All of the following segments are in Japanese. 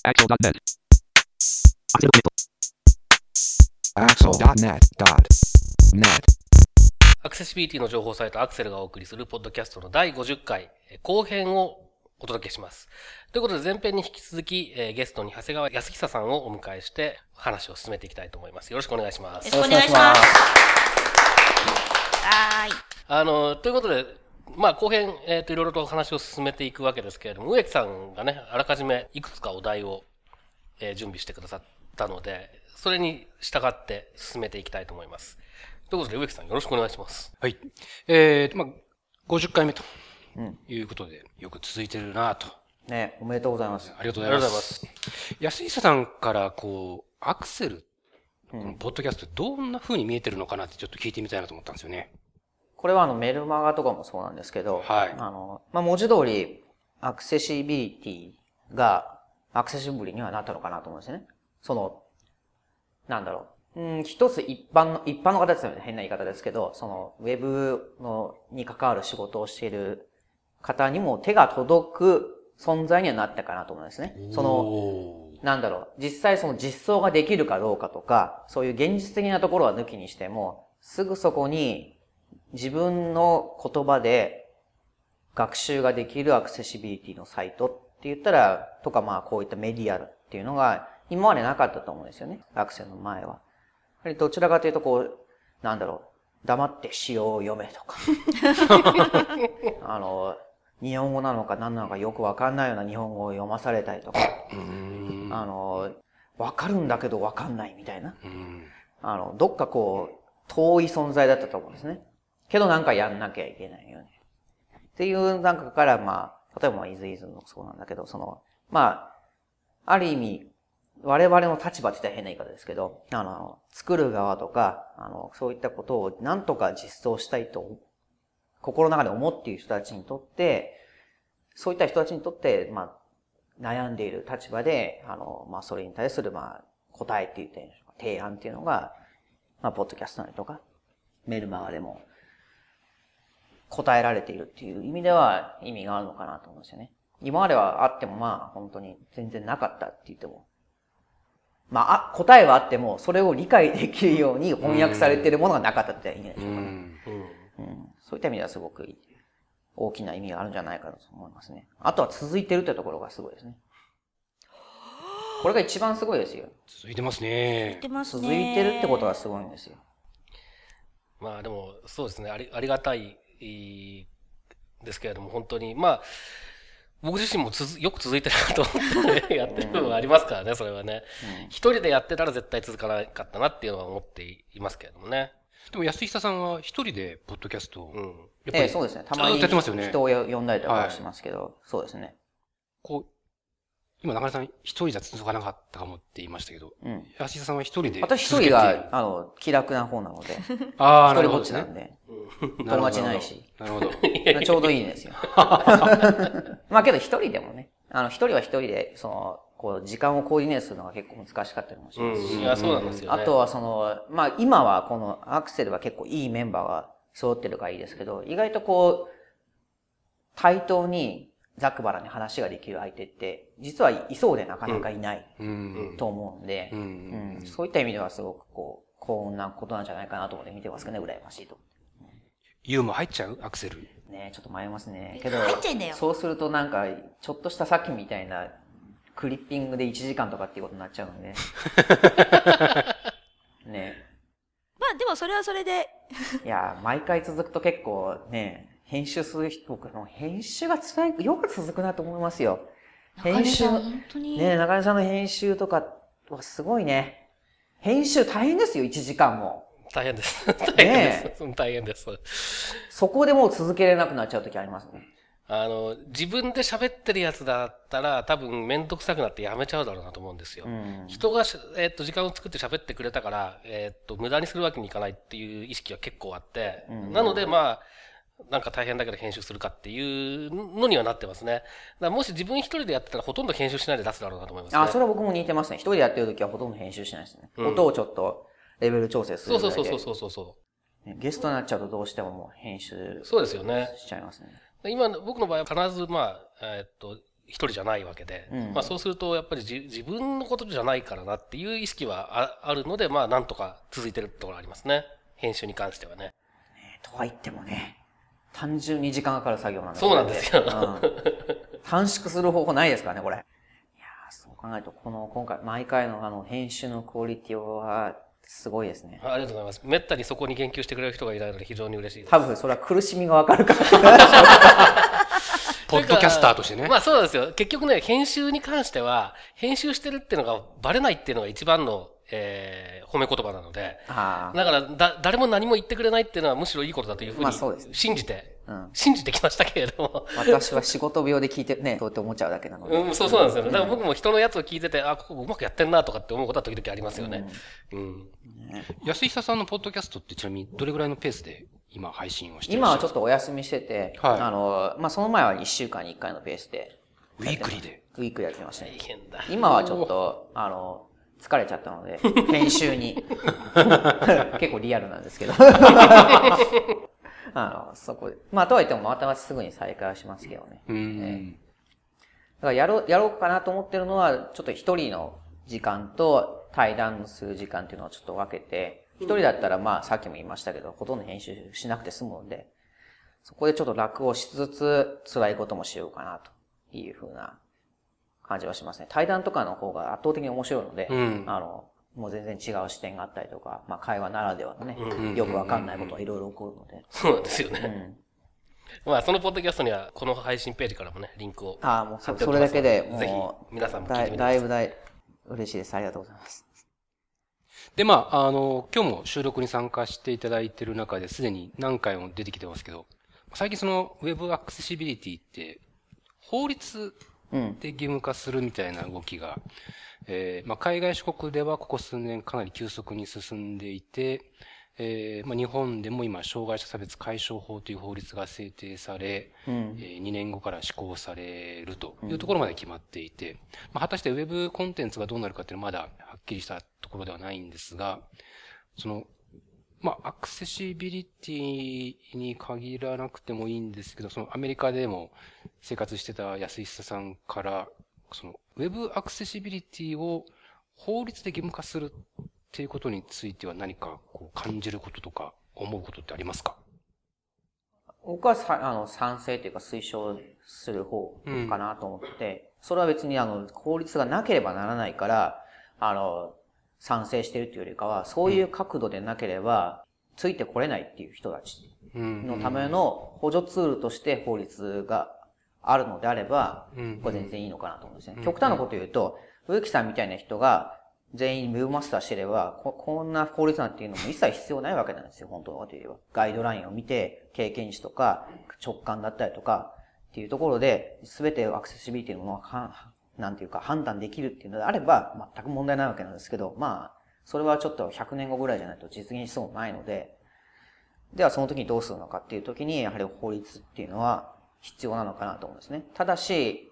Axel.net. Axel.net.net アクセシビリティの情報サイトアクセルがお送りするポッドキャストの第50回後編をお届けします。ということで前編に引き続きゲストに長谷川康久さんをお迎えして話を進めていきたいと思います。よろしくお願いします。 よろしくお願いします。 ということで、後編、いろいろと話を進めていくわけですけれども、植木さんがね、あらかじめいくつかお題を、準備してくださったので、それに従って進めていきたいと思います。ということで、植木さんよろしくお願いします。 はい。50回目ということで、よく続いてるなと。 ね、おめでとうございます。 ありがとうございます。安久さんからアクセル、このポッドキャストどんな風に見えてるのかなってちょっと聞いてみたいなと思ったんですよね。 これはメルマガとかもそうなんですけど、 はい。 文字通り、アクセシビリティがアクセシブルにはなったのかなと思うんですよね。一つ一般の方ですよね。変な言い方ですけど、ウェブに関わる仕事をしている方にも手が届く存在にはなったかなと思うんですね。実際実装ができるかどうかとか、そういう現実的なところは抜きにしても、すぐそこに自分の言葉で学習ができるアクセシビリティのサイトって言ったら、とかこういったメディアっていうのが今までなかったと思うんですよね。アクセルの前は。やはりどちらかというと黙って詩を読めとか。日本語なのか何なのかよくわかんないような日本語を読まされたりとか。わかるんだけどわかんないみたいな。どっか遠い存在だったと思うんですね。けどやんなきゃいけないよね。っていう中から、例えばイズイズもそうなんだけど、ある意味、我々の立場って言ったら変な言い方ですけど、作る側とか、そういったことを何とか実装したいと、心の中で思っている人たちにとって、そういった人たちにとって、悩んでいる立場で、それに対する、答えって言って、提案っていうのが、ポッドキャストなりとか、メルマガでも、答えられているっていう意味では意味があるのかなと思うんですよね。今まではあっても本当に全然なかったって言っても。答えはあっても、それを理解できるように翻訳されているものがなかったって言うんでしょうかね。そういった意味ではすごく大きな意味があるんじゃないかと思いますね。あとは続いてるってところがすごいですね。これが一番すごいですよ。 続いてますね。 続いてるってことがすごいんですよ。 でも、そうですね。ありがたいですけれども、本当に、僕自身もよく続いてるなと思ってやってる部分はありますからね、それはね。一人でやってたら絶対続かなかったなっていうのは思っていますけれどもね。 でも安久さんは一人でポッドキャストを、 そうですね。たまに人を呼んだりとかしますけど、そうですね。 今中根さん一人じゃ続かなかったかもって言いましたけど、安久さんは一人で私一人が気楽な方なので、一人ぼっちなんで、友達ないし、 なるほど。 ちょうどいいんですよ。けど一人でもね、一人は一人で時間をコーディネートするのが結構難しかったりもしますし、 いやそうなんですよね。 あとは今はこのアクセルは結構いいメンバーが揃ってるからいいですけど、意外と対等にざくばらに話ができる相手って実はいそうでなかなかいないと思うんで、そういった意味ではすごく幸運なことなんじゃないかなと思って見てますかね。羨ましいと。 ユーモア入っちゃうアクセルね、ちょっと迷いますね。けどそうするとちょっとしたさっきみたいなクリッピングで1時間とかっていうことになっちゃうんでね。 でもそれはそれでいや毎回続くと結構ね、編集する人、僕の編集が辛い、よく続くなと思いますよ。編集、ね、中根さんの編集とかはすごいね。編集大変ですよ、1時間も。 大変です。大変です。 そこでもう続けれなくなっちゃう時ありますね。 自分で喋ってるやつだったら多分めんどくさくなってやめちゃうだろうなと思うんですよ。人が時間を作って喋ってくれたから、無駄にするわけにいかないっていう意識は結構あって、なので大変だけど編集するかっていうのにはなってますね。だからもし自分一人でやってたらほとんど編集しないで出すだろうなと思いますね。 それは僕も似てますね。一人でやってる時はほとんど編集しないですね。音をちょっとレベル調整するだけで。 そう。 ゲストになっちゃうとどうしてももう編集そうですよね。 しちゃいますね。 今僕の場合は必ず一人じゃないわけで、まあそうするとやっぱり自分のことじゃないからなっていう意識はあるので、まあなんとか続いてるところありますね。編集に関してはね。 とは言ってもね、単純に時間がかかる作業なんで。 そうなんですよ。 短縮する方法ないですからね、これ。いやそう考えると、今回、毎回の編集のクオリティは、すごいですね。 ありがとうございます。めったにそこに言及してくれる人がいないので非常に嬉しいです。 多分それは苦しみがわかるから。 ポッドキャスターとしてね。 まあそうなんですよ。結局ね、編集に関しては、編集してるっていうのがバレないっていうのが一番の、褒め言葉なので、だから誰も何も言ってくれないっていうのはむしろいいことだというふうに信じて、信じてきましたけれども。 私は仕事病で聞いてね、そうって思っちゃうだけなので。 そうなんですよね。だから僕も人のやつを聞いてて、あ、ここうまくやってんなとかって思うことは時々ありますよね。 安久さんのポッドキャストってちなみにどれぐらいのペースで今配信をしてるんですか？ 今はちょっとお休みしてて、まあその前は1週間に1回のペースで。 ウィークリーで。 ウィークリーやってましたね。 大変だ。 今はちょっと、疲れちゃったので、編集に。結構リアルなんですけど。そこで。まあ、とはいってもまたすぐに再開はしますけどね。だからやろうかなと思ってるのは、ちょっと一人の時間と対談する時間っていうのをちょっと分けて、一人だったらまあ、さっきも言いましたけど、ほとんど編集しなくて済むので、そこでちょっと楽をしつつ、辛いこともしようかなというふうな感じはしますね。対談とかの方が圧倒的に面白いので、もう全然違う視点があったりとか、まあ会話ならではのね、よくわかんないことがいろいろ起こるので。 そうなんですよね。まあそのポッドキャストにはこの配信ページからもね、リンクを。 もうそれだけでもう、 ぜひ皆さんも聞いてみてくだださい。 いぶ嬉しいです。ありがとうございます。 で、まあ、今日も収録に参加していただいている中ですでに何回も出てきてますけど、最近その Web アクセシビリティって法律で義務化するみたいな動きが、まあ、海外諸国ではここ数年かなり急速に進んでいて、まあ、日本でも今、障害者差別解消法という法律が制定され、2年後から施行されるというところまで決まっていて、まあ、果たしてウェブコンテンツがどうなるかっていうのはまだはっきりしたところではないんですが、まあ、アクセシビリティに限らなくてもいいんですけど、アメリカでも生活してた安久さんから、ウェブアクセシビリティを法律で義務化するっていうことについては何かこう感じることとか思うことってありますか？ 僕は賛成というか推奨する方かなと思って、それは別に法律がなければならないから、賛成してるというよりかは、そういう角度でなければ、ついてこれないっていう人たちのための補助ツールとして法律があるのであれば、これ全然いいのかなと思うんですね。極端なこと言うと、植木さんみたいな人が全員ウェブマスターしてれば、こんな法律なんていうのも一切必要ないわけなんですよ、本当のこと言えば。ガイドラインを見て、経験値とか直感だったりとかっていうところで、すべてアクセシビリティのものがなんていうか判断できるっていうのであれば全く問題ないわけなんですけど、まあ、それはちょっと100年後ぐらいじゃないと実現しそうもないので、ではその時にどうするのかっていう時に、やはり法律っていうのは必要なのかなと思うんですね。ただし、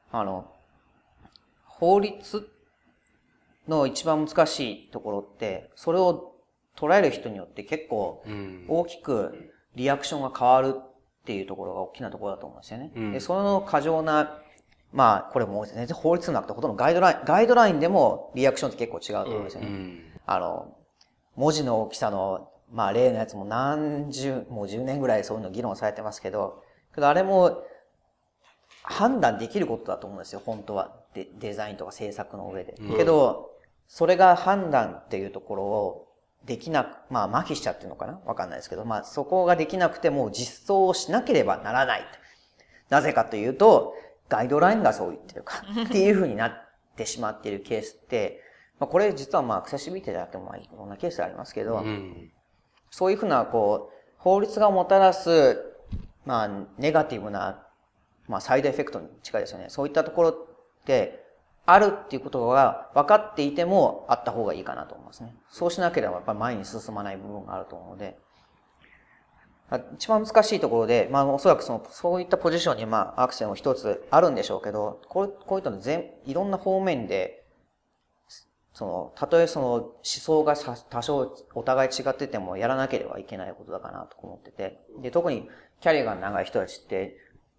法律の一番難しいところって、それを捉える人によって結構大きくリアクションが変わるっていうところが大きなところだと思うんですよね。で、その過剰なまあ、これも全然法律じゃなくてほとんどガイドラインでもリアクションって結構違うと思うんですよね。文字の大きさの、まあ例のやつももう10年ぐらいそういうの議論されてますけどあれも判断できることだと思うんですよ、本当は。デザインとか制作の上で。けど、それが判断っていうところをできなく、まあ麻痺しちゃってるのかなわかんないですけど、まあそこができなくても実装をしなければならない。なぜかというと、ガイドラインがそう言ってるかっていう風になってしまっているケースって、まあこれ実はまあアクセシビリティであってもまあいろんなケースありますけど、そういう風な法律がもたらす、まあネガティブな、まあサイドエフェクトに近いですよね。そういったところってあるっていうことが分かっていてもあった方がいいかなと思いますね。そうしなければやっぱり前に進まない部分があると思うので、一番難しいところで、まあおそらくそういったポジションにまあアクセルも一つあるんでしょうけど、こういったのいろんな方面で、たとえ思想が多少お互い違っててもやらなければいけないことだかなと思ってて、で、特にキャリアが長い人たちって、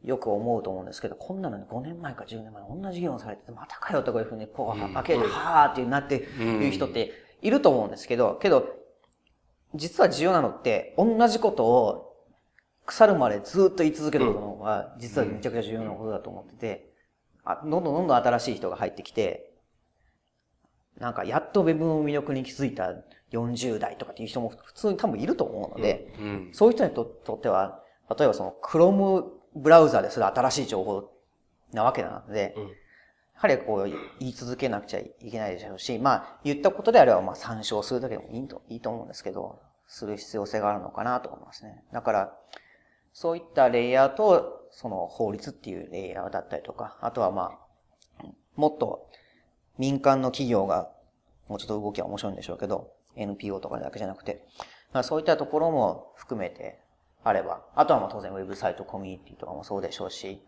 よく思うと思うんですけど、こんなの5年前か10年前同じ議論されてて、またかよとかいうふうにこう、開けて、はーってなっていう人っていると思うんですけど、実は重要なのって、同じことを腐るまでずっと言い続けることの方が、実はめちゃくちゃ重要なことだと思ってて、どんどん新しい人が入ってきて、なんかやっとウェブの魅力に気づいた40代とかっていう人も普通に多分いると思うので、そういう人にとっては、例えばその Chrome ブラウザですら新しい情報なわけなので、やはりこう言い続けなくちゃいけないでしょうし、まあ言ったことであればまあ参照するだけでもいいと思うんですけど、する必要性があるのかなと思いますね。だから、そういったレイヤーと、その法律っていうレイヤーだったりとか、あとはまあ、もっと民間の企業がもうちょっと動きは面白いんでしょうけど、NPO とかだけじゃなくて、まあ、そういったところも含めてあれば、あとはまあ当然ウェブサイトコミュニティとかもそうでしょうし、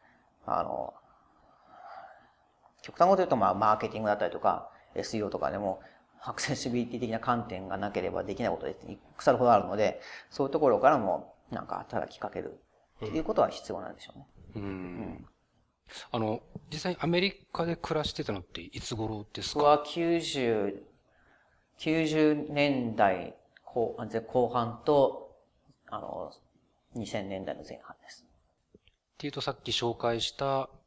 極端なこと言うとまあマーケティングだったりとか SEO とかでもアクセシビリティ的な観点がなければできないことで腐るほどあるので、そういうところからもなんか働きかけるっていうことは必要なんでしょうね。 実際にアメリカで暮らしてたのっていつ頃ですか？ 僕は90年代後半と、2000年代の前半です。 っていうとさっき紹介した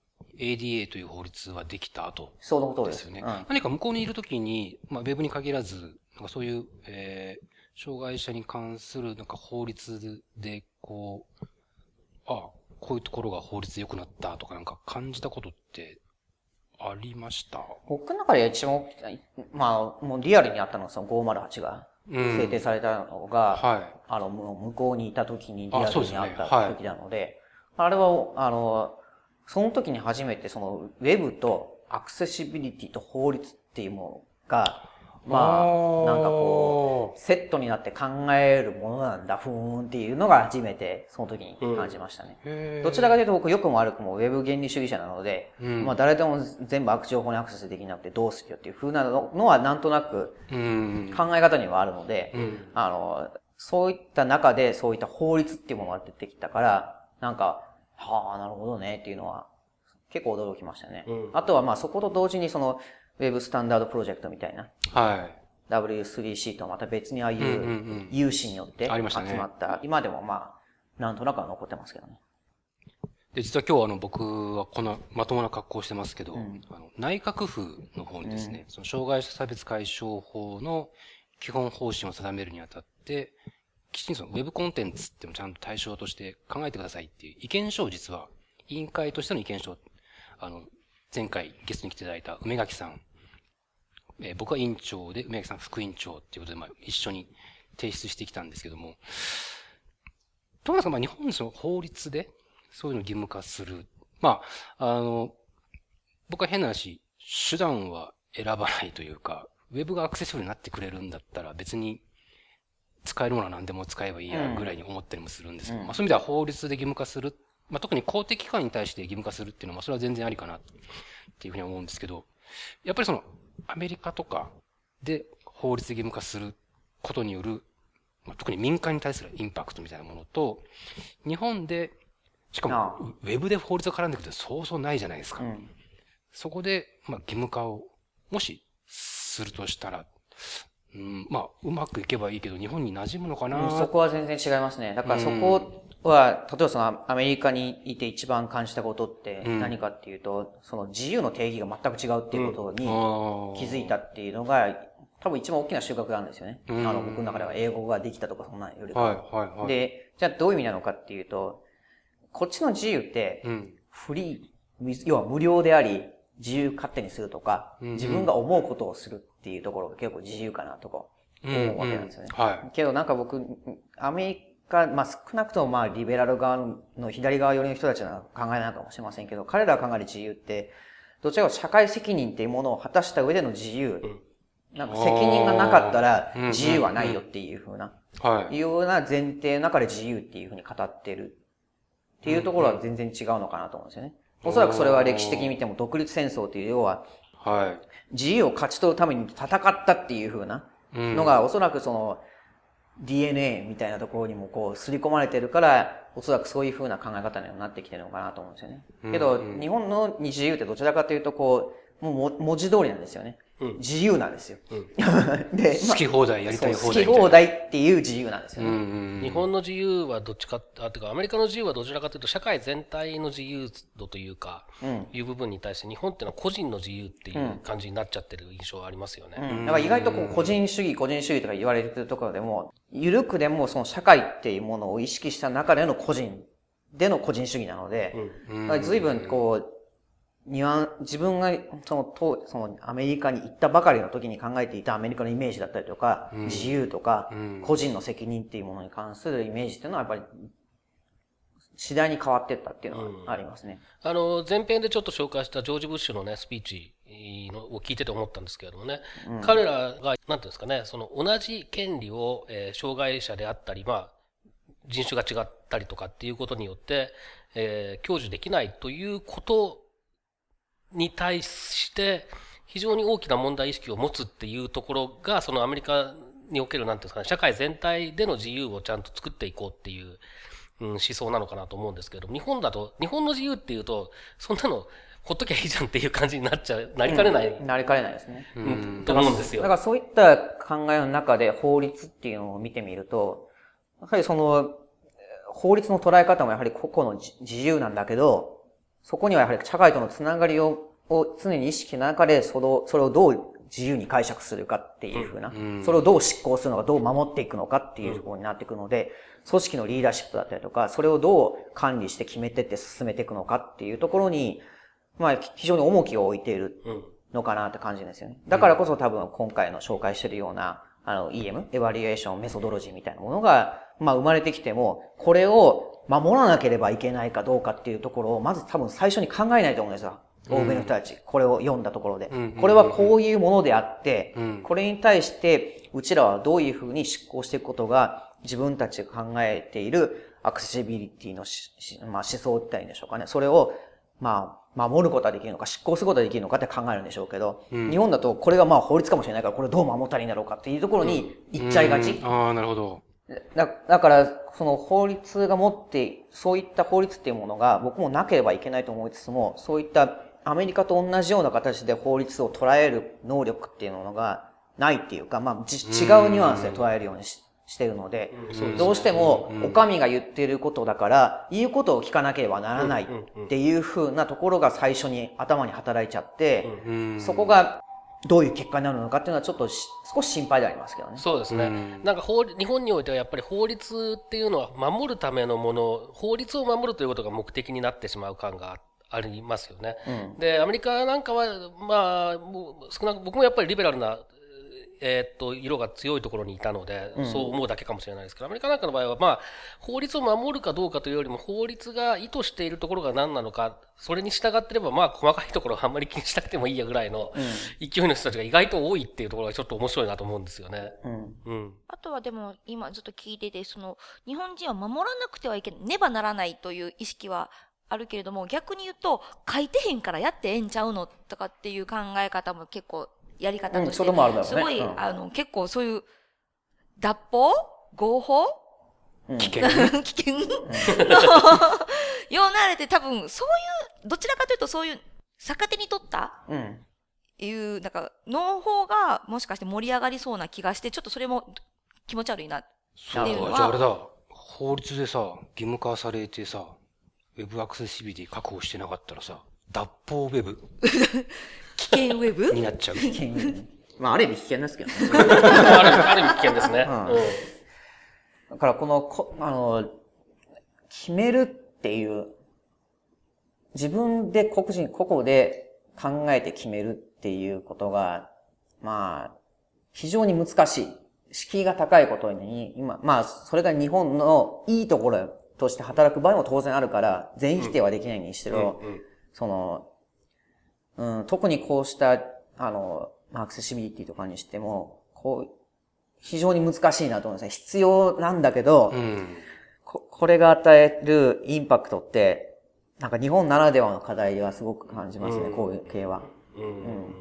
ADA という法律はできた後ですよね。 そういうことです。 何か向こうにいるときに、まあ、ウェブに限らず、なんかそういう、障害者に関するなんか法律で、こういうところが法律で良くなったとかなんか感じたことってありました？ 僕の中で一番、まあ、もうリアルにあったのはその508が制定されたのが、向こうにいた時にリアルにあった時なので、あれは、その時に初めてそのウェブとアクセシビリティと法律っていうものが、まあ、なんかこう、セットになって考えるものなんだ、ふーんっていうのが初めてその時に感じましたね。どちらかというと僕良くも悪くもウェブ原理主義者なので、まあ誰でも全部情報にアクセスできなくてどうするよっていう風なのはなんとなく考え方にはあるので、そういった中でそういった法律っていうものが出てきたから、なんか、はあ、なるほどねっていうのは結構驚きましたね。あとはまあそこと同時にその、ウェブスタンダードプロジェクトみたいな。W3C とはまた別にああいう有志によって集まった。今でもまあ、なんとなくは残ってますけどね。 で、実は今日僕はこのまともな格好をしてますけど、内閣府の方にですね、その障害者差別解消法の基本方針を定めるにあたって、きちんとそのウェブコンテンツっていうのをちゃんと対象として考えてくださいっていう意見書を実は、委員会としての意見書を、前回ゲストに来ていただいた梅垣さん、僕は委員長で、梅垣さん副委員長っていうことで、まあ、一緒に提出してきたんですけども、どうなんですか？まあ、日本のその法律で、そういうのを義務化する。まあ、僕は変な話、手段は選ばないというか、ウェブがアクセシブルになってくれるんだったら別に使えるものは何でも使えばいいやぐらいに思ったりもするんですけど、まあ、そういう意味では法律で義務化する。まあ、特に公的機関に対して義務化するっていうのは、まあ、それは全然ありかなっていうふうに思うんですけど、やっぱりその、アメリカとかで法律で義務化することによる、まあ、特に民間に対するインパクトみたいなものと、日本で、しかも、ウェブで法律が絡んでくるってそうそうないじゃないですか。そこで、まあ、義務化を、もし、するとしたら、まあ、うまくいけばいいけど、日本に馴染むのかな、 そこは全然違いますね。だからそこは、例えばそのアメリカにいて一番感じたことって何かっていうと、その自由の定義が全く違うっていうことに気づいたっていうのが、多分一番大きな収穫なんですよね。僕の中では英語ができたとかそんなよりか。で、じゃあどういう意味なのかっていうと、こっちの自由って、フリー、要は無料であり、自由勝手にするとか、自分が思うことをするっていうところが結構自由かなとか思うわけなんですよね。けどなんか僕、アメリカ、まあ少なくともまあリベラル側の左側寄りの人たちの考えなのかもしれませんけど、彼らが考える自由って、どちらか社会責任っていうものを果たした上での自由、なんか責任がなかったら自由はないよっていう風な、いうような前提の中で自由っていう風に語ってるっていうところは全然違うのかなと思うんですよね。おそらくそれは歴史的に見ても独立戦争っていう要は、自由を勝ち取るために戦ったっていう風なのが、おそらくその、 DNA みたいなところにもこう、刷り込まれてるから、おそらくそういう風な考え方になってきてるのかなと思うんですよね。けど、日本の自由ってどちらかというと、こう、もう文字通りなんですよね。自由なんですよ。 で、好き放題、やりたい放題。 好き放題っていう自由なんですよね。 日本の自由はどっちか、てかアメリカの自由はどちらかというと社会全体の自由度というか、いう部分に対して日本っていうのは個人の自由っていう感じになっちゃってる印象はありますよね。 だから意外とこう個人主義とか言われてるところでも、緩くでもその社会っていうものを意識した中での個人主義なので、随分こう、自分がそのアメリカに行ったばかりの時に考えていたアメリカのイメージだったりとか、自由とか、個人の責任っていうものに関するイメージっていうのはやっぱり次第に変わっていったっていうのがありますね。 前編でちょっと紹介したジョージ・ブッシュのね、スピーチを聞いてて思ったんですけれどもね、彼らが、なんていうんですかね、その同じ権利を、障害者であったり、人種が違ったりとかっていうことによって、享受できないということに対して非常に大きな問題意識を持つっていうところが、そのアメリカにおけるなんていうんですかね、社会全体での自由をちゃんと作っていこうっていう、思想なのかなと思うんですけど、日本の自由っていうと、そんなのほっときゃいいじゃんっていう感じになりかねない。 なりかねないですね。 と思うんですよ。 だからそういった考えの中で法律っていうのを見てみると、やはりその、法律の捉え方もやはり個々の自由なんだけど、そこにはやはり社会とのつながりを常に意識の中で、それをどう自由に解釈するかっていうふうな、それをどう執行するのか、どう守っていくのかっていうところになっていくので、組織のリーダーシップだったりとか、それをどう管理して決めてって進めていくのかっていうところに、非常に重きを置いているのかなって感じですよね。だからこそ多分今回の紹介しているような、EM、エバリエーションメソドロジーみたいなものが、生まれてきても、これを守らなければいけないかどうかっていうところを、まず多分最初に考えないと思うんですよ。欧米の人たち。これを読んだところで。これはこういうものであって、これに対して、うちらはどういうふうに執行していくことが、自分たちが考えているアクセシビリティの思想って言ったらいいんでしょうかね。それを、守ることができるのか、執行することができるのかって考えるんでしょうけど、日本だとこれが法律かもしれないから、これをどう守ったらいいんだろうかっていうところに行っちゃいがち。 ああ、なるほど。 だから、その法律が持って、そういった法律っていうものが僕もなければいけないと思いつつも、そういったアメリカと同じような形で法律を捉える能力っていうものがないっていうか、違うニュアンスで捉えるようにしてるので、どうしても、お上が言っていることだから、言うことを聞かなければならないっていう風なところが最初に頭に働いちゃって、そこがどういう結果になるのかっていうのはちょっと少し心配でありますけどね。 そうですね。なんか日本においてはやっぱり法律っていうのは守るためのもの、法律を守るということが目的になってしまう感がありますよね。で、アメリカなんかは、僕もやっぱりリベラルな色が強いところにいたので、そう思うだけかもしれないですけど、アメリカなんかの場合は、法律を守るかどうかというよりも、法律が意図しているところが何なのか、それに従ってれば、細かいところはあんまり気にしなくてもいいやぐらいの勢いの人たちが意外と多いっていうところがちょっと面白いなと思うんですよね。 あとはでも、今ずっと聞いてて、日本人は守らなくてはいけない、ねばならないという意識はあるけれども、逆に言うと、書いてへんからやってええんちゃうのとかっていう考え方も結構、やり方として、 それもあるだろうね。 すごい、結構そういう、脱法合法危険危険のようなあれで多分、そういう、どちらかというとそういう、逆手に取ったいう、農法がもしかして盛り上がりそうな気がして、ちょっとそれも気持ち悪いなっていうのは。 じゃああれだ、法律でさ、義務化されてさ、ウェブアクセシビリティ確保してなかったらさ、脱法ウェブ危険ウェブになっちゃう。 危険ウェブ。ある意味危険ですけどね。 ある意味危険ですね。 だから決めるっていう、自分で個々で考えて決めるっていうことが、非常に難しい。敷居が高いことに、それが日本のいいところとして働く場合も当然あるから、全否定はできないにしても、特にこうした、アクセシビリティとかにしても、非常に難しいなと思うんですね。必要なんだけど、これが与えるインパクトって、日本ならではの課題ではすごく感じますね、こういう系は。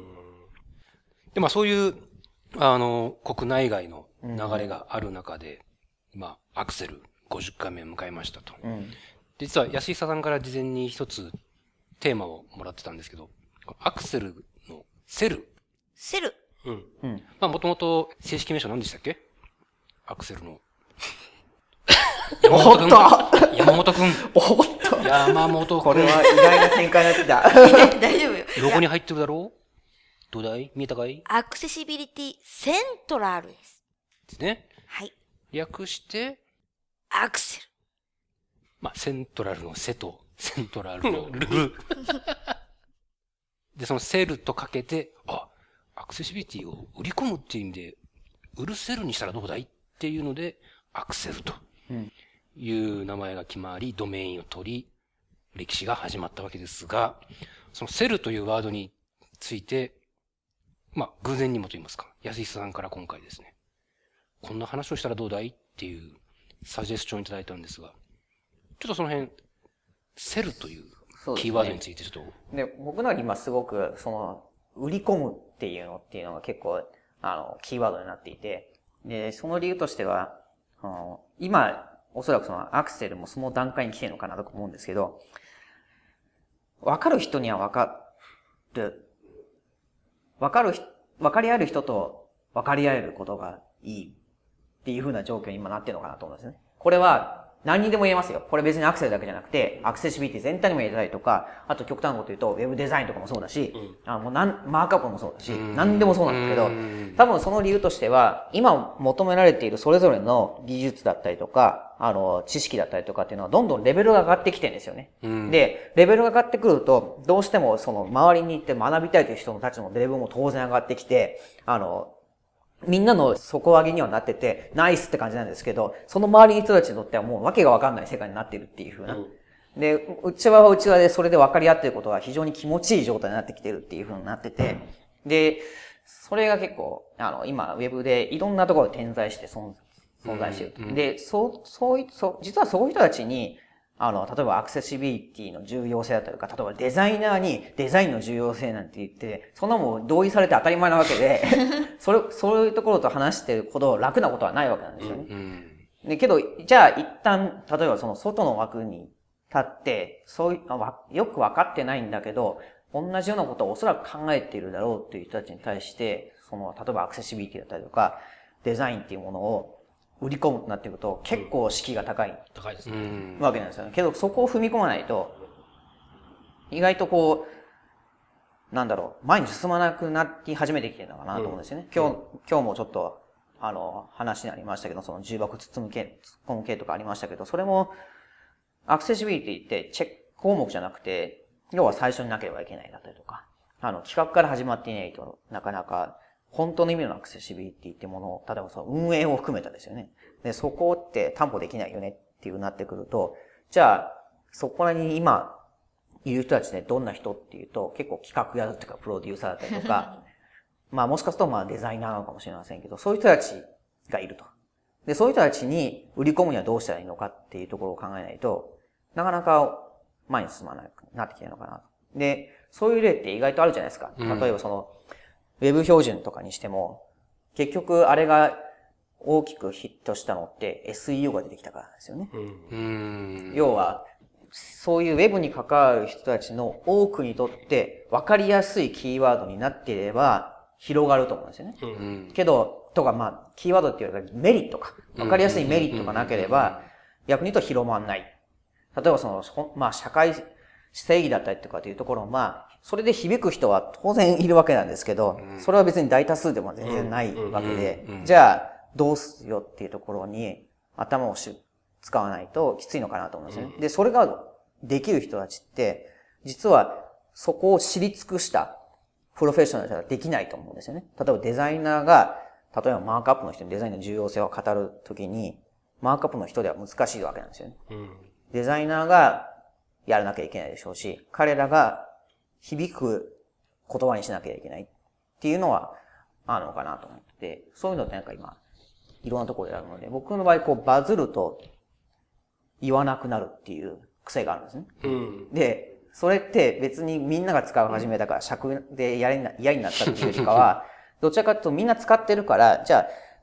で、そういう、国内外の流れがある中で、 アクセル50回目を迎えましたと。実は安井さんから事前に一つテーマをもらってたんですけど、アクセルのセル。 セル。 もともと正式名称何でしたっけ？アクセルの。 山本くん。山本くん。 これは意外な展開になってた。 大丈夫よ。 ロゴに入ってるだろう？どうだい？見えたかい？ アクセシビリティセントラルです。 ですね。 はい。 略して、 アクセル。 セントラルのセと、セントラルのル。で、そのセルとかけて、アクセシビリティを売り込むっていう意味で、売るセルにしたらどうだいっていうので、アクセルという名前が決まり、ドメインを取り、歴史が始まったわけですが、そのセルというワードについて、偶然にもと言いますか、安井さんから今回ですね、こんな話をしたらどうだいっていうサジェスチョンいただいたんですが、ちょっとその辺、セルというキーワードについてちょっと。 で、僕の今すごく、売り込むっていうのが結構、キーワードになっていて、で、その理由としては、今、おそらくそのアクセルもその段階に来てるのかなと思うんですけど、わかる人にはわかり合える人とわかり合えることがいいっていう風な状況に今なってるのかなと思うんですね。これは何にでも言えますよ。これ別にアクセルだけじゃなくて、アクセシビリティ全体にも言えたりとか、あと極端なこと言うと、ウェブデザインとかもそうだし、マークアップもそうだし、何でもそうなんだけど、多分その理由としては、今求められているそれぞれの技術だったりとか、知識だったりとかっていうのはどんどんレベルが上がってきてるんですよね。で、レベルが上がってくると、どうしてもその周りに行って学びたいという人たちのレベルも当然上がってきて、みんなの底上げにはなってて、ナイスって感じなんですけど、その周りの人たちにとってはもうわけがわかんない世界になっているっていう風な。で、うちわはうちわでそれで分かり合っていることが非常に気持ちいい状態になってきてるっていう風になってて、で、それが結構、今、ウェブでいろんなところで点在して存在している。で、実はそういう人たちに、例えばアクセシビリティの重要性だったりとか、例えばデザイナーにデザインの重要性なんて言って、そんなもん同意されて当たり前なわけで、そういうところと話してるほど楽なことはないわけなんですよね。で、けど、じゃあ一旦、例えばその外の枠に立って、よくわかってないんだけど、同じようなことをおそらく考えているだろうっていう人たちに対して、例えばアクセシビリティだったりとか、デザインっていうものを売り込むとなっていくと、結構敷居が高い。 高いですね。 わけなんですよね。けど、そこを踏み込まないと、意外と前に進まなくなり始めてきてるのかなと思うんですよね。今日もちょっと、話になりましたけど、その重箱突っ込む系とかありましたけど、それも、アクセシビリティってチェック項目じゃなくて、要は最初になければいけないだったりとか、企画から始まっていないとなかなか、本当の意味のアクセシビリティってものを、例えばその運営を含めたですよね。で、そこって担保できないよねっていうなってくると、じゃあ、そこらに今、いる人たちでどんな人っていうと、結構企画やるとか、プロデューサーだったりとか、もしかするとデザイナーなのかもしれませんけど、そういう人たちがいると。で、そういう人たちに売り込むにはどうしたらいいのかっていうところを考えないと、なかなか前に進まなくなってきてるのかなと。で、そういう例って意外とあるじゃないですか。例えばウェブ標準とかにしても、結局あれが大きくヒットしたのって SEO が出てきたからですよね。要は、そういうウェブに関わる人たちの多くにとって分かりやすいキーワードになっていれば広がると思うんですよね。けど、キーワードっていうよりメリットか。分かりやすいメリットがなければ、逆に言うと広まんない。例えば社会正義だったりとかというところそれで響く人は当然いるわけなんですけど、それは別に大多数でも全然ないわけで、じゃあどうすよっていうところに頭を使わないときついのかなと思うんですよね。で、それができる人たちって、実はそこを知り尽くしたプロフェッショナルじゃできないと思うんですよね。例えばデザイナーが、例えばマークアップの人にデザインの重要性を語るときに、マークアップの人では難しいわけなんですよね。デザイナーがやらなきゃいけないでしょうし、彼らが響く言葉にしなきゃいけないっていうのはあるのかなと思って、そういうのって今、いろんなところであるので、僕の場合バズると言わなくなるっていう癖があるんですね。で、それって別にみんなが使い始めたから尺で嫌になったっていうよりかは、どちらかというとみんな使ってるから、じゃあ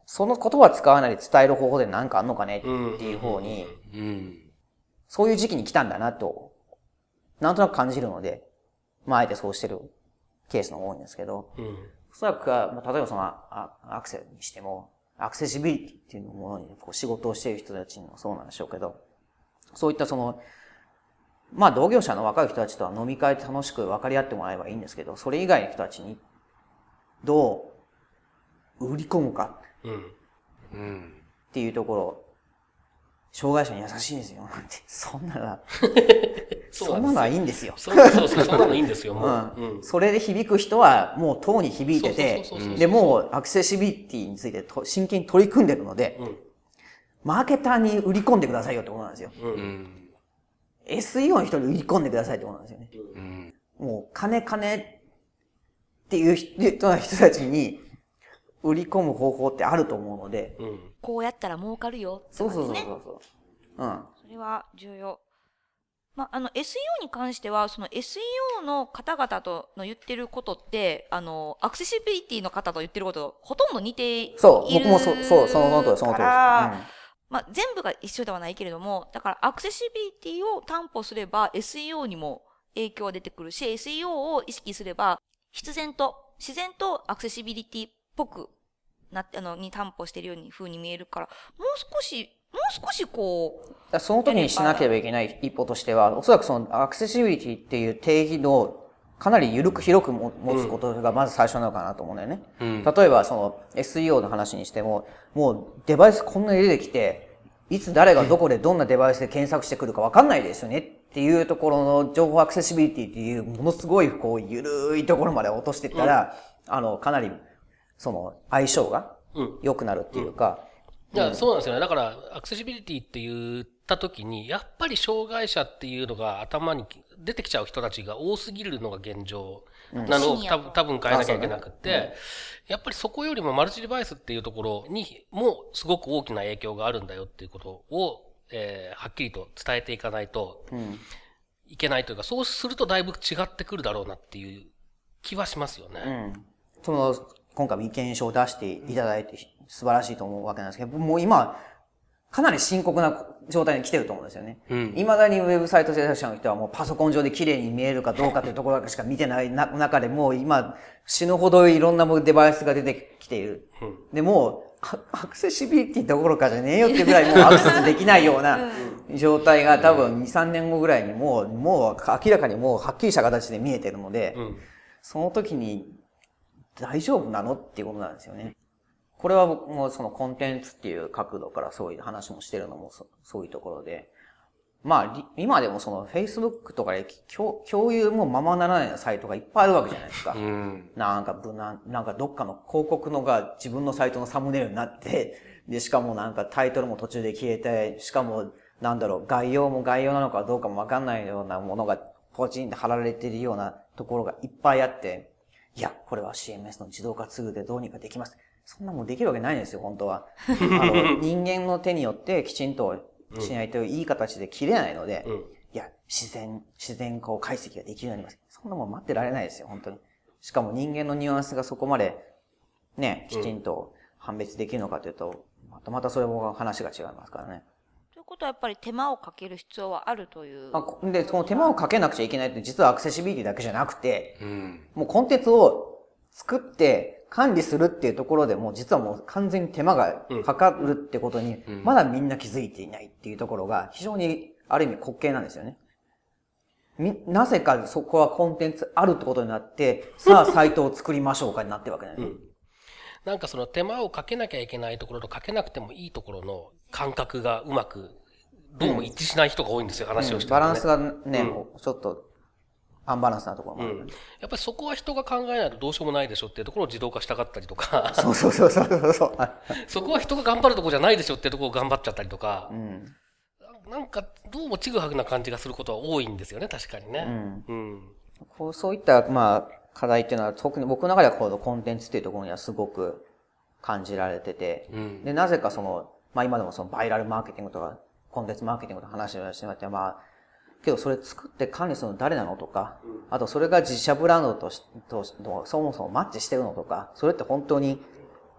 その言葉使わないで伝える方法で何かあんのかねっていう方に、そういう時期に来たんだなと、なんとなく感じるので、まあ、あえてそうしてるケースの多いんですけど、おそらくは、例えばそのアクセにしても、アクセシビリティっていうものにこう仕事をしている人たちにもそうなんでしょうけど、そういったその、まあ同業者の若い人たちとは飲み会で楽しく分かり合ってもらえばいいんですけど、それ以外の人たちにどう売り込むかっていうところ、障害者に優しいんですよなんて、そんなのはいいんですよ。 そんなのいいんですよ、もう。それで響く人はもうとうに響いてて、で、もうアクセシビリティについて真剣に取り組んでるので、マーケターに売り込んでくださいよってことなんですよ。SEO の人に売り込んでくださいってことなんですよね。もう金っていう人たちに売り込む方法ってあると思うので、 こうやったら儲かるよってそう感じね。それは重要。まあ、SEO に関しては、その SEO の方々との言ってることって、アクセシビリティの方と言ってることとほとんど似ている。 そう、僕もその通りです。 まあ、全部が一緒ではないけれども、だからアクセシビリティを担保すれば SEO にも影響が出てくるし、SEO を意識すれば、自然とアクセシビリティっぽくに担保しているように風に見えるから、もう少しこう。その時にしなければいけない一歩としては、おそらくそのアクセシビリティっていう定義のかなり広く持つことがまず最初なのかなと思うんだよね。例えばその SEO の話にしても、もうデバイスこんなに出てきて、いつ誰がどこでどんなデバイスで検索してくるかわかんないですよねっていうところの情報アクセシビリティっていうものすごいこうゆるいところまで落としていったら、かなりその相性が良くなるっていうか、 いや、そうなんですよね。だから、アクセシビリティって言った時に、やっぱり障害者っていうのが頭に出てきちゃう人たちが多すぎるのが現状なのを多分変えなきゃいけなくて、やっぱりそこよりもマルチデバイスっていうところにもすごく大きな影響があるんだよっていうことを、はっきりと伝えていかないといけないというか、そうするとだいぶ違ってくるだろうなっていう気はしますよね。 今回も意見書を出していただいて素晴らしいと思うわけなんですけど、もう今、かなり深刻な状態に来てると思うんですよね。未だにウェブサイト制作者の人はもうパソコン上で綺麗に見えるかどうかというところしか見てない中でもう今死ぬほどいろんなデバイスが出てきている。で、もうアクセシビリティどころかじゃねえよっていうぐらいもうアクセスできないような状態が多分2、3年後ぐらいにもう明らかにもうはっきりした形で見えてるので、その時に大丈夫なのっていうことなんですよね。これは僕もそのコンテンツっていう角度からそういう話もしてるのもそういうところで。まあ、今でもその Facebook とかで共有もままならないサイトがいっぱいあるわけじゃないですか。なんかどっかの広告のが自分のサイトのサムネイルになって、で、しかもなんかタイトルも途中で消えて、しかも概要も概要なのかどうかもわかんないようなものがポチンって貼られているようなところがいっぱいあって、いや、これは CMS の自動化ツールでどうにかできます。そんなもんできるわけないんですよ、本当は。人間の手によってきちんとしないといい形で切れないので、いや、自然化を解析ができるようになります。そんなもん待ってられないですよ、本当に。しかも人間のニュアンスがそこまで、ね、きちんと判別できるのかというと、またそれも話が違いますからね。 ということはやっぱり手間をかける必要はあるという。 で、その手間をかけなくちゃいけないって実はアクセシビリティだけじゃなくて、もうコンテンツを作って管理するっていうところでも実はもう完全に手間がかかるってことにまだみんな気づいていないっていうところが非常にある意味滑稽なんですよね。なぜかそこはコンテンツあるってことになって、さあサイトを作りましょうかになってるわけだよね。 なんかその手間をかけなきゃいけないところとかけなくてもいいところの感覚がうまくどうも一致しない人が多いんですよ、話をしてバランスがね、ちょっとアンバランスなところもある、 やっぱりそこは人が考えないとどうしようもないでしょっていうところを自動化したかったりとかそうそこは人が頑張るところじゃないでしょっていうところを頑張っちゃったりとか、なんかどうもちぐはぐな感じがすることは多いんですよね、確かにね。 そういった課題っていうのは特に僕の中ではコンテンツっていうところにはすごく感じられてて、でなぜか今でもバイラルマーケティングとかコンテンツマーケティングと話をしてもらって、けどそれ作って管理するの誰なのとか、あとそれが自社ブランドとそもそもマッチしてるのとか、それって本当に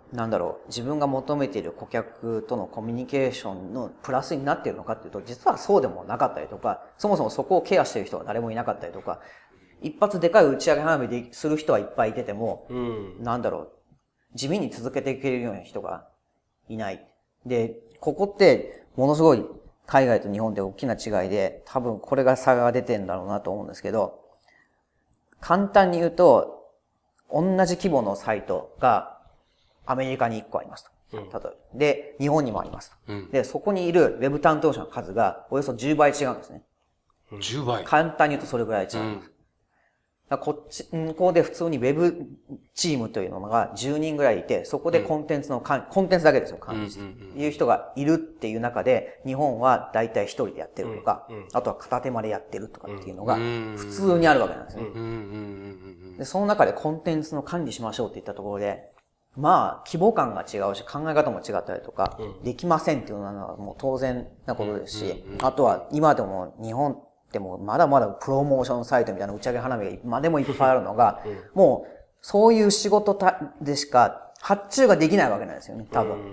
自分が求めている顧客とのコミュニケーションのプラスになっているのかっていうと、実はそうでもなかったりとか、そもそもそこをケアしている人は誰もいなかったりとか、一発でかい打ち上げ花火でする人はいっぱいいてても、地味に続けていけるような人がいない。で、ここってものすごい海外と日本で大きな違いで、多分これが差が出てんだろうなと思うんですけど、簡単に言うと、同じ規模のサイトがアメリカに1個ありますと。例えば。で、日本にもありますと。で、そこにいるウェブ担当者の数がおよそ10倍違うんですね。 10倍。 簡単に言うとそれぐらい違うんです。ここで普通にウェブチームというのが10人ぐらいいて、そこでコンテンツだけですよ、管理して。いう人がいるっていう中で、日本はだいたい一人でやってるとか、あとは片手間でやってるとかっていうのが普通にあるわけなんですね。で、その中でコンテンツの管理しましょうって言ったところで、規模感が違うし、考え方も違ったりとか、できませんっていうのはもう当然なことですし、あとは今でも日本でもまだまだプロモーションサイトみたいな打ち上げ花火が今でもいっぱいあるのが、もうそういう仕事でしか発注ができないわけなんですよね、多分。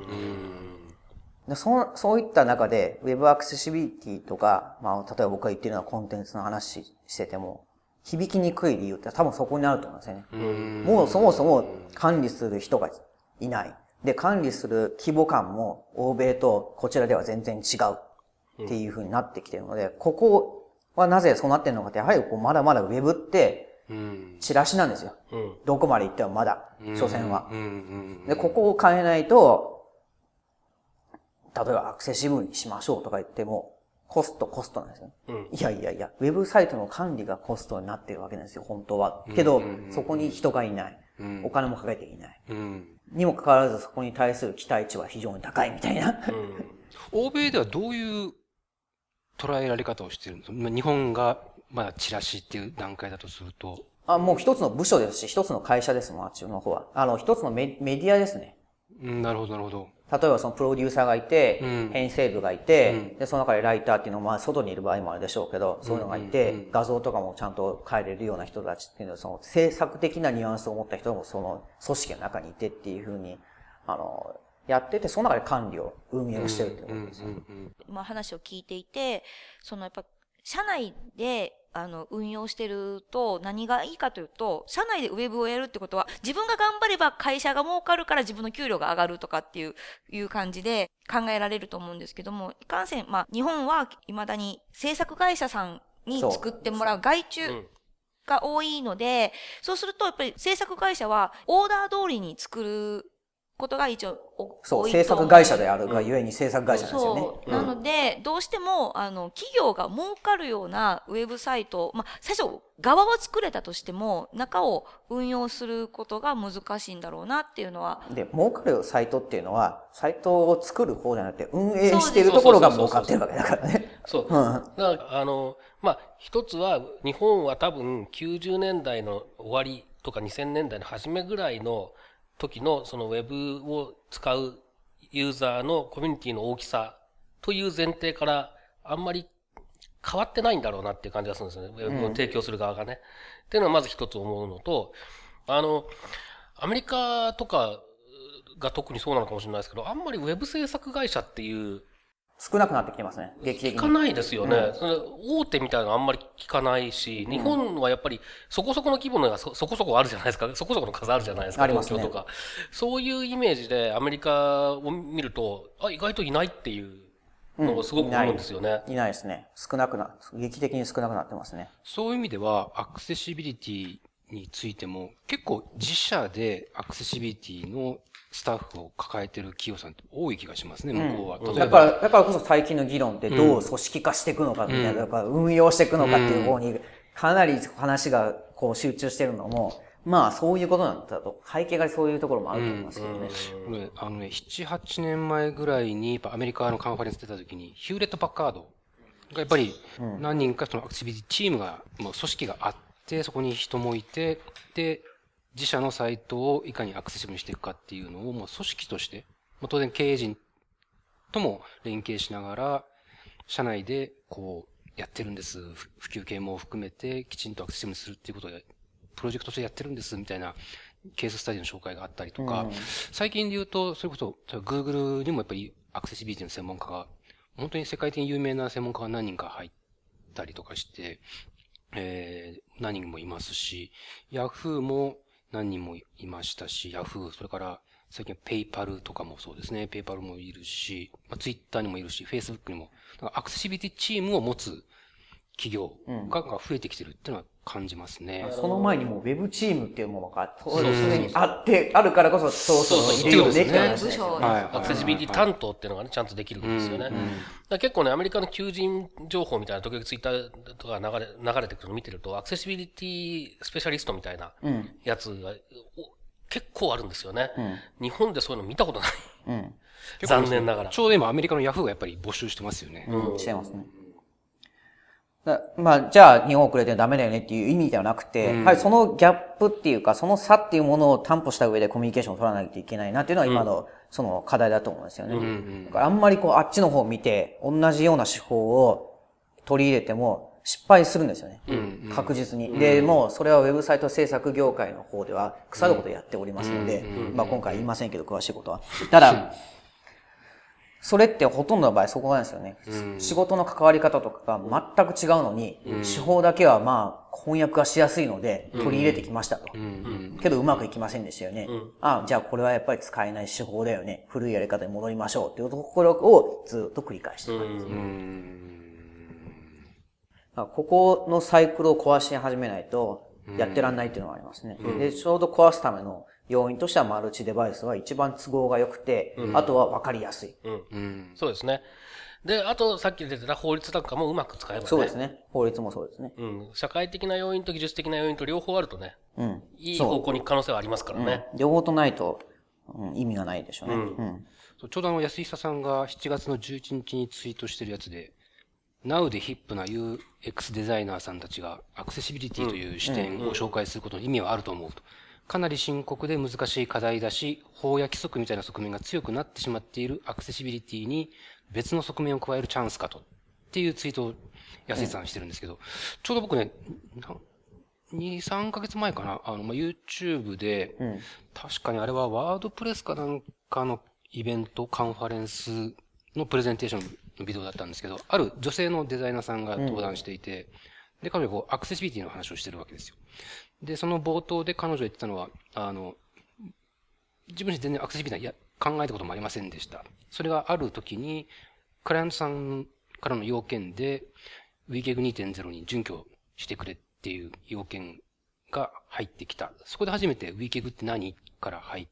そういった中で Web アクセシビリティとか、例えば僕が言ってるようなコンテンツの話してても、響きにくい理由って多分そこにあると思うんですよね。もうそもそも管理する人がいない。で、管理する規模感も欧米とこちらでは全然違うっていう風になってきているので、ここはなぜそうなってるのかって、やはりまだまだウェブって、チラシなんですよ。どこまで行ってもまだ、所詮は。で、ここを変えないと、例えばアクセシブルにしましょうとか言っても、コストなんですよ。いや、ウェブサイトの管理がコストになってるわけなんですよ、本当は。けど、そこに人がいない。お金もかけていない。にもかかわらず、そこに対する期待値は非常に高いみたいな。 欧米ではどういう捉えられ方をしているんですか？日本がまだチラシっていう段階だとすると。 もう一つの部署ですし、一つの会社ですもん、あっちの方は。一つのメディアですね。 なるほど。 例えばそのプロデューサーがいて、編成部がいて、で、その中でライターっていうのも外にいる場合もあるでしょうけど、そういうのがいて、画像とかもちゃんと変えれるような人たちっていうのは、その制作的なニュアンスを持った人もその組織の中にいてっていうふうに、やってて、その中で管理を運営をしてるっていうことですよ。 話を聞いていて、やっぱ、社内で、運用してると何がいいかというと、社内でウェブをやるってことは、自分が頑張れば会社が儲かるから自分の給料が上がるとかっていう感じで考えられると思うんですけども、いかんせん、日本は未だに制作会社さんに作ってもらう外注が多いので、そうするとやっぱり制作会社はオーダー通りに作ることが一応そう、制作会社であるがゆえに制作会社なんですよね。 そう。なので、どうしても、企業が儲かるようなウェブサイト、最初、側は作れたとしても、中を運用することが難しいんだろうなっていうのは。 で、儲かるサイトっていうのは、サイトを作る方じゃなくて、運営しているところが儲かってるわけだからね。 そう。だから、一つは、日本は多分90年代の終わりとか2000年代の初めぐらいの時のそのウェブを使うユーザーのコミュニティの大きさという前提からあんまり変わってないんだろうなっていう感じがするんですよね。ウェブを提供する側がね。っていうのはまず一つ思うのと、アメリカとかが特にそうなのかもしれないですけど、あんまりウェブ制作会社っていう少なくなってきてますね。劇的に。 聞かないですよね。その大手みたいなのあんまり聞かないし、日本はやっぱりそこそこの規模のがそこそこあるじゃないですか。そこそこの数あるじゃないですか。東京とか。そういうイメージでアメリカを見ると、意外といないっていうのがすごく思うんですよね。 いないですね。劇的に少なくなってますね。 そういう意味では、アクセシビリティについても、結構自社でアクセシビリティのスタッフを抱えてる企業さんって多い気がしますね、向こうは。 だからこそ最近の議論ってどう組織化していくのかみたいな、だから運用していくのかっていう方に、かなり話がこう集中してるのも、そういうことなんだと。背景がそういうところもあると思いますけどね。 7、8年前ぐらいに、アメリカのカンファレンス出た時に、ヒューレット・パッカードがやっぱり何人かそのアクセシビリティチームが、もう組織があって、そこに人もいて、で、自社のサイトをいかにアクセシブルにしていくかっていうのをもう組織として、当然経営陣とも連携しながら、社内でこうやってるんです。普及系も含めてきちんとアクセシブルにするっていうことで、プロジェクトとしてやってるんですみたいなケーススタディの紹介があったりとか、最近で言うと、それこそ、Google にもやっぱりアクセシビリティの専門家が、本当に世界的に有名な専門家が何人か入ったりとかして、何人もいますし、Yahoo も何人もいましたし、Yahoo、それから最近 PayPal とかもそうですね。PayPal もいるし、Twitter にもいるし、Facebook にも、アクセシビリティチームを持つ企業が増えてきてるっていうのは感じますね。 その前にもう Web チームっていうものがすでにあるからこそ、そう入れようできたんですね。 アクセシビリティ担当っていうのがね、ちゃんとできるんですよね。結構ね、アメリカの求人情報みたいな、時々ツイッターとか流れてくるのを見てると、アクセシビリティスペシャリストみたいなやつが結構あるんですよね。日本でそういうの見たことない。残念ながら。 ちょうど今アメリカの Yahoo がやっぱり募集してますよね。 してますね。じゃあ日本遅れてダメだよねっていう意味ではなくて、やはりそのギャップっていうか、その差っていうものを担保した上でコミュニケーションを取らないといけないなっていうのは今のその課題だと思うんですよね。だからあんまりあっちの方を見て、同じような手法を取り入れても失敗するんですよね。確実に。で、もうそれはウェブサイト制作業界の方では腐ることやっておりますので、今回言いませんけど詳しいことは。ただ、それってほとんどの場合そこなんですよね。仕事の関わり方とかが全く違うのに、手法だけは翻訳がしやすいので取り入れてきましたと。けどうまくいきませんでしたよね。じゃあこれはやっぱり使えない手法だよね。古いやり方に戻りましょうっていうところをずっと繰り返していくんです。ここのサイクルを壊し始めないとやってらんないっていうのがありますね。で、ちょうど壊すための要因としてはマルチデバイスは一番都合が良くて、あとは分かりやすい。 そうですね。で、あとさっき出てた法律なんかもうまく使えばね。 そうですね。法律もそうですね。 社会的な要因と技術的な要因と両方あるとね、いい方向に行く可能性はありますからね。 両方とないと、意味がないでしょうね。 ちょうど安久さんが7月の11日にツイートしてるやつで、Now でヒップな UX デザイナーさんたちがアクセシビリティという視点を紹介することの意味はあると思うと。かなり深刻で難しい課題だし、法や規則みたいな側面が強くなってしまっているアクセシビリティに別の側面を加えるチャンスかと。っていうツイートを安井さんしてるんですけど、ちょうど僕ね、2、3ヶ月前かな、YouTube で、確かにあれはワードプレスかなんかのイベント、カンファレンスのプレゼンテーションのビデオだったんですけど、ある女性のデザイナーさんが登壇していて、で、彼女がアクセシビリティの話をしてるわけですよ。で、その冒頭で彼女が言ってたのは、自分で全然アクセシビリティ考えたこともありませんでした。それがある時に、クライアントさんからの要件で、WCAG 2.0 に準拠してくれっていう要件が入ってきた。そこで初めて WCAG って何から入って、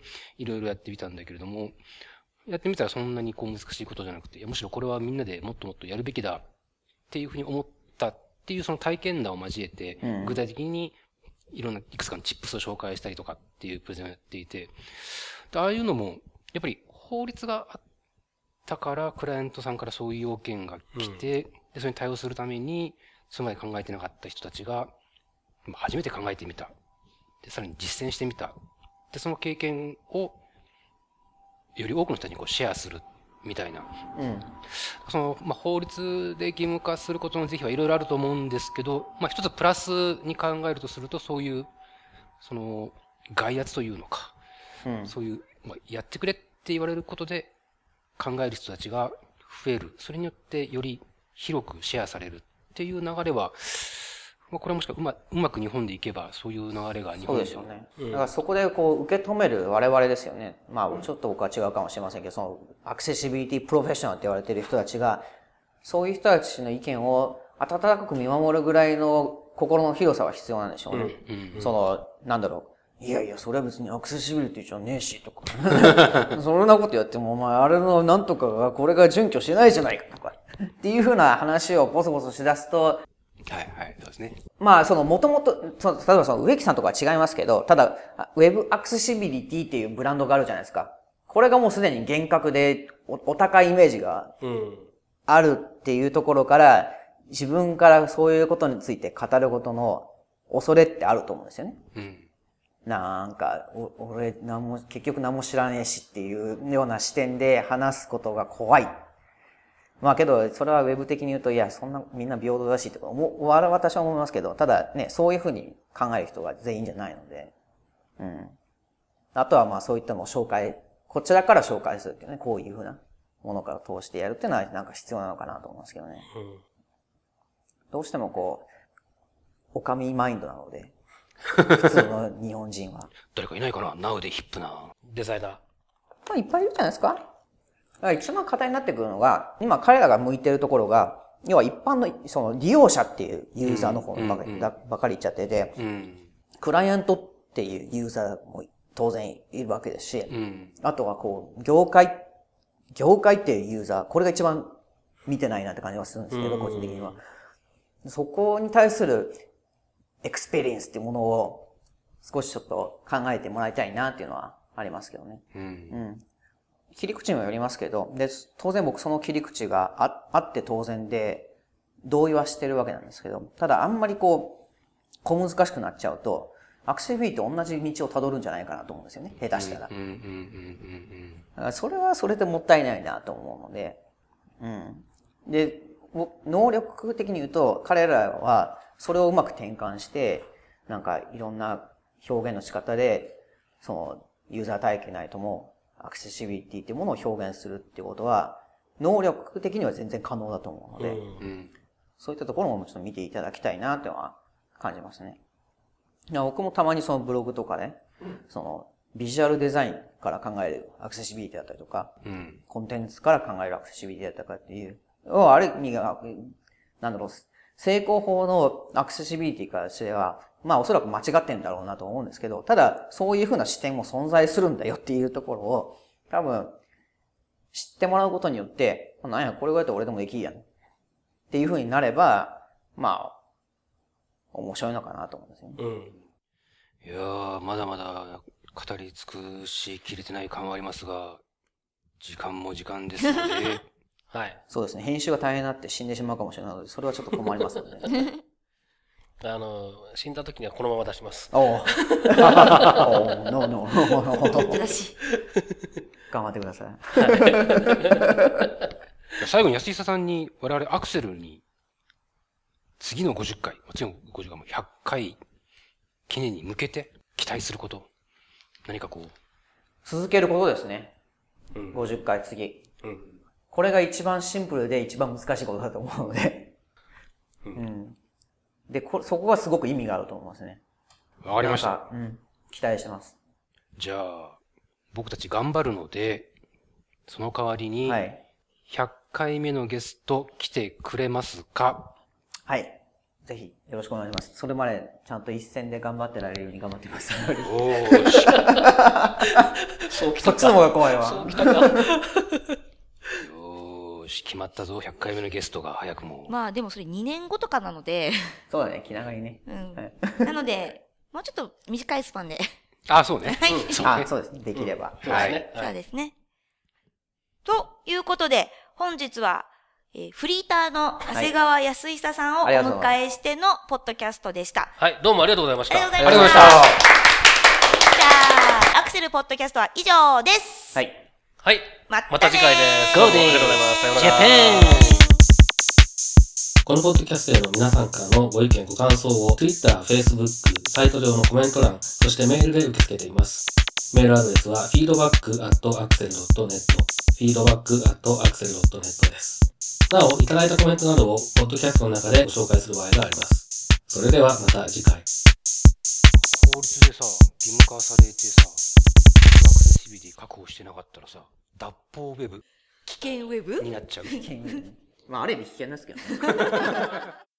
いろいろやってみたんだけれども、やってみたらそんなに難しいことじゃなくて、むしろこれはみんなでもっともっとやるべきだっていうふうに思ったっていうその体験談を交えて、具体的にいろんないくつかのチップスを紹介したりとかっていうプレゼンをやっていて、ああいうのも、やっぱり法律があったから、クライアントさんからそういう要件が来て、で、それに対応するために、それまで考えてなかった人たちが、初めて考えてみた。で、さらに実践してみた。で、その経験を、より多くの人にシェアする。みたいな。法律で義務化することの是非はいろいろあると思うんですけど、一つプラスに考えるとすると、そういう、外圧というのか、そういう、やってくれって言われることで考える人たちが増える。それによってより広くシェアされるっていう流れは、これはもしかうまく日本でいけば、そういう流れが日本で。 そうですよね。だからそこで受け止める我々ですよね。ちょっと僕は違うかもしれませんけど、アクセシビリティプロフェッショナルって言われている人たちが、そういう人たちの意見を温かく見守るぐらいの心の広さは必要なんでしょうね。いやいや、それは別にアクセシビリティじゃねえし、とか。そんなことやっても、あれのなんとかが、これが準拠しないじゃないか、とか。っていう風な話をボソボソしだすと、 そうですね。 もともと、例えば植木さんとかは違いますけど、ただ、ウェブアクセシビリティっていうブランドがあるじゃないですか。これがもうすでに厳格でお高いイメージがあるっていうところから、自分からそういうことについて語ることの恐れってあると思うんですよね。俺結局何も知らねえしっていうような視点で話すことが怖い。けど、それはウェブ的に言うと、いや、そんな、みんな平等だしって、私は思いますけど、ただね、そういうふうに考える人が全員じゃないので、 うん。あとはまあそういったのをこちらから紹介するっていうね、こういうふうなものから通してやるっていうのはなんか必要なのかなと思うんですけどね。どうしてもこう、おかみマインドなので、普通の日本人は。 誰かいないかな？ナウでヒップなデザイナー。 まあいっぱいいるじゃないですか。だから一番課題になってくるのが、今彼らが向いてるところが、要は一般のその利用者っていうユーザーの方ばかり言っちゃってて、クライアントっていうユーザーも当然いるわけですし、あとはこう、業界っていうユーザー、これが一番見てないなって感じはするんですけど、個人的には。そこに対するエクスペリエンスっていうものを少しちょっと考えてもらいたいなっていうのはありますけどね。切り口にもよりますけど、で、当然僕その切り口があって当然で同意はしてるわけなんですけど、ただあんまりこう、小難しくなっちゃうと、アクセシビリティと同じ道をたどるんじゃないかなと思うんですよね。下手したら。だからそれはそれでもったいないなと思うので、で、能力的に言うと、彼らはそれをうまく転換して、なんかいろんな表現の仕方で、そのユーザー体験ないともアクセシビリティっていうものを表現するっていうことは、能力的には全然可能だと思うので、そういったところもちょっと見ていただきたいなっていうのは感じますね。僕もたまにそのブログとかね、そのビジュアルデザインから考えるアクセシビリティだったりとか、コンテンツから考えるアクセシビリティだったりとかっていう、ある意味が、成功法のアクセシビリティからしては、まあおそらく間違ってんだろうなと思うんですけど、ただそういうふうな視点も存在するんだよっていうところを、多分知ってもらうことによって、なんやこれぐらいだと俺でもできるやんっていうふうになれば、まあ面白いのかなと思うんですよね。 いやー、まだまだ語り尽くしきれてない感はありますが、時間も時間ですので、 はい。 そうですね。編集が大変になって死んでしまうかもしれないので、それはちょっと困りますので、ね。 死んだ時にはこのまま出します。 ノー。 珍しい。 頑張ってください。 最後に安井さんに我々アクセルに次の50回、次の50回も100回記念に向けて期待すること、何かこう。 続けることですね。50回次。これが一番シンプルで一番難しいことだと思うので。で、そこがすごく意味があると思いますね。 わかりました。 期待してます。 じゃあ、僕たち頑張るので、その代わりに、100回目のゲスト来てくれますか？ はい。ぜひ、よろしくお願いします。それまで、ちゃんと一戦で頑張ってられるように頑張ってます。 そうきたか。 そっちの方が怖いわ。 そうきたか。 よーし、決まったぞ。100回目のゲストが早くも。 まあでもそれ2年後とかなので。 そうだね、気長にね。 なので、もうちょっと短いスパンで。 そうね。 そうですね。できれば。 そうですね。ということで、本日は、フリーターの長谷川康久さんをお迎えしてのポッドキャストでした。 はい、どうもありがとうございました。 ありがとうございました。じゃあ、アクセルポッドキャストは以上です。 はい。 はい。また次回です。 ゴーデン。 ありがとうございます。さようなら。 ジャパン。 このポッドキャストへの皆さんからのご意見ご感想を Twitter、Facebook、サイト上のコメント欄、そしてメールで受け付けています。メールアドレスは feedback@axel.net feedback@axel.net です。なお、いただいたコメントなどをポッドキャストの中でご紹介する場合があります。それではまた次回。 法律でさ、義務化されてさ、アクセシビリティ確保してなかったらさ、脱法ウェブ危険ウェブになっちゃう。 まあ、ある意味危険ですけどね。